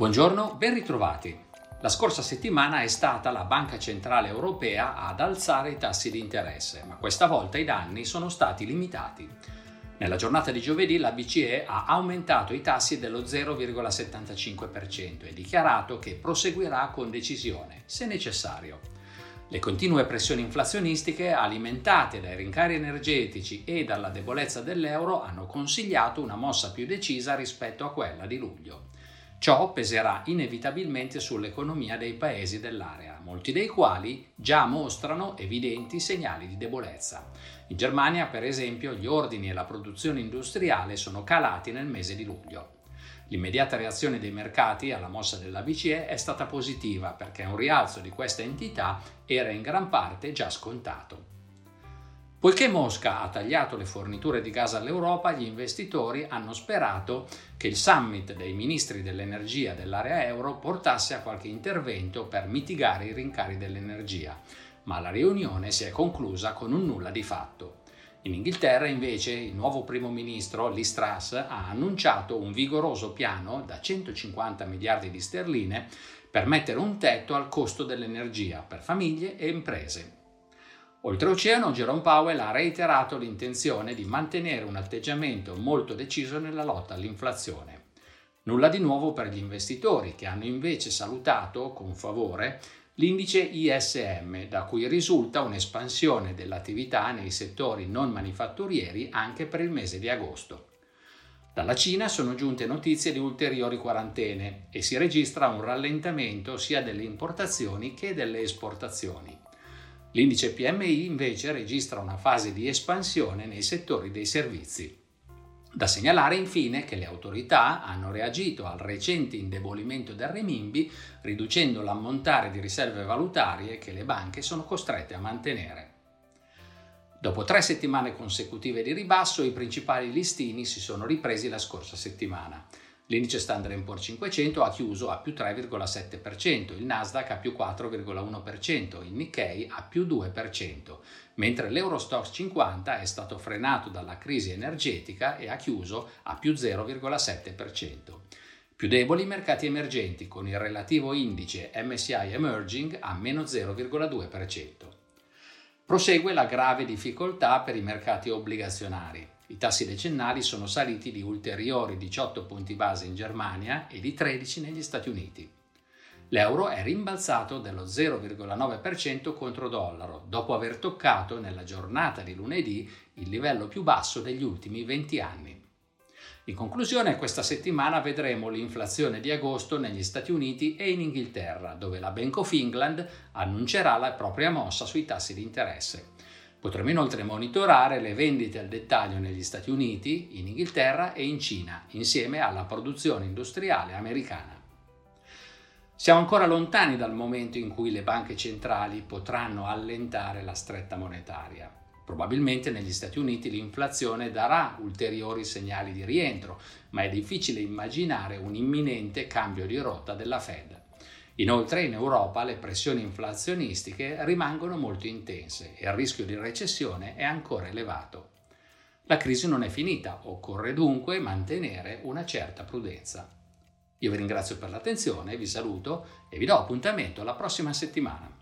Buongiorno, ben ritrovati. La scorsa settimana è stata la Banca Centrale Europea ad alzare i tassi di interesse, ma questa volta i danni sono stati limitati. Nella giornata di giovedì la BCE ha aumentato i tassi dello 0,75% e dichiarato che proseguirà con decisione, se necessario. Le continue pressioni inflazionistiche, alimentate dai rincari energetici e dalla debolezza dell'euro, hanno consigliato una mossa più decisa rispetto a quella di luglio. Ciò peserà inevitabilmente sull'economia dei paesi dell'area, molti dei quali già mostrano evidenti segnali di debolezza. In Germania, per esempio, gli ordini e la produzione industriale sono calati nel mese di luglio. L'immediata reazione dei mercati alla mossa della BCE è stata positiva perché un rialzo di questa entità era in gran parte già scontato. Poiché Mosca ha tagliato le forniture di gas all'Europa, gli investitori hanno sperato che il summit dei ministri dell'energia dell'area euro portasse a qualche intervento per mitigare i rincari dell'energia, ma la riunione si è conclusa con un nulla di fatto. In Inghilterra, invece, il nuovo primo ministro Liz Truss ha annunciato un vigoroso piano da 150 miliardi di sterline per mettere un tetto al costo dell'energia per famiglie e imprese. Oltreoceano, Jerome Powell ha reiterato l'intenzione di mantenere un atteggiamento molto deciso nella lotta all'inflazione. Nulla di nuovo per gli investitori, che hanno invece salutato con favore l'indice ISM, da cui risulta un'espansione dell'attività nei settori non manifatturieri anche per il mese di agosto. Dalla Cina sono giunte notizie di ulteriori quarantene e si registra un rallentamento sia delle importazioni che delle esportazioni. L'indice PMI invece registra una fase di espansione nei settori dei servizi. Da segnalare infine che le autorità hanno reagito al recente indebolimento del renminbi, riducendo l'ammontare di riserve valutarie che le banche sono costrette a mantenere. Dopo 3 settimane consecutive di ribasso, i principali listini si sono ripresi la scorsa settimana. L'indice Standard & Poor's 500 ha chiuso a più 3,7%, il Nasdaq a più 4,1%, il Nikkei a più 2%, mentre l'Eurostoxx 50 è stato frenato dalla crisi energetica e ha chiuso a più 0,7%. Più deboli i mercati emergenti, con il relativo indice MSCI Emerging a meno 0,2%. Prosegue la grave difficoltà per i mercati obbligazionari. I tassi decennali sono saliti di ulteriori 18 punti base in Germania e di 13 negli Stati Uniti. L'euro è rimbalzato dello 0,9% contro dollaro, dopo aver toccato nella giornata di lunedì il livello più basso degli ultimi 20 anni. In conclusione, questa settimana vedremo l'inflazione di agosto negli Stati Uniti e in Inghilterra, dove la Bank of England annuncerà la propria mossa sui tassi di interesse. Potremo inoltre monitorare le vendite al dettaglio negli Stati Uniti, in Inghilterra e in Cina, insieme alla produzione industriale americana. Siamo ancora lontani dal momento in cui le banche centrali potranno allentare la stretta monetaria. Probabilmente negli Stati Uniti l'inflazione darà ulteriori segnali di rientro, ma è difficile immaginare un imminente cambio di rotta della Fed. Inoltre in Europa le pressioni inflazionistiche rimangono molto intense e il rischio di recessione è ancora elevato. La crisi non è finita, occorre dunque mantenere una certa prudenza. Io vi ringrazio per l'attenzione, vi saluto e vi do appuntamento alla prossima settimana.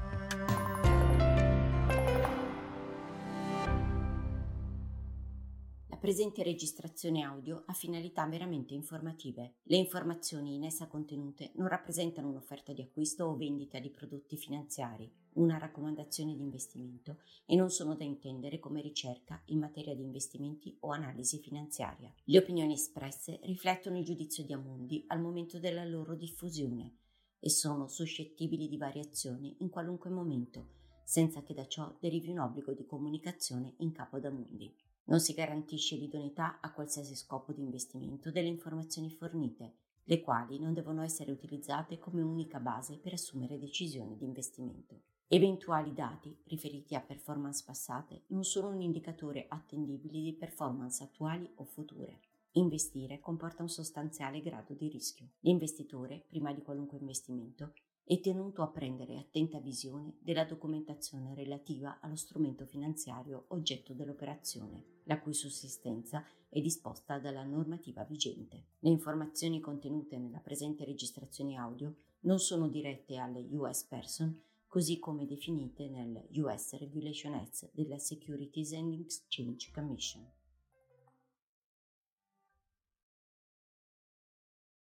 La presente registrazione audio ha finalità meramente informative. Le informazioni in essa contenute non rappresentano un'offerta di acquisto o vendita di prodotti finanziari, una raccomandazione di investimento e non sono da intendere come ricerca in materia di investimenti o analisi finanziaria. Le opinioni espresse riflettono il giudizio di Amundi al momento della loro diffusione e sono suscettibili di variazioni in qualunque momento, senza che da ciò derivi un obbligo di comunicazione in capo ad Amundi. Non si garantisce l'idoneità a qualsiasi scopo di investimento delle informazioni fornite, le quali non devono essere utilizzate come unica base per assumere decisioni di investimento. Eventuali dati riferiti a performance passate non sono un indicatore attendibile di performance attuali o future. Investire comporta un sostanziale grado di rischio. L'investitore, prima di qualunque investimento, è tenuto a prendere attenta visione della documentazione relativa allo strumento finanziario oggetto dell'operazione, la cui sussistenza è disposta dalla normativa vigente. Le informazioni contenute nella presente registrazione audio non sono dirette alle US Person, così come definite nel US Regulation Act della Securities and Exchange Commission.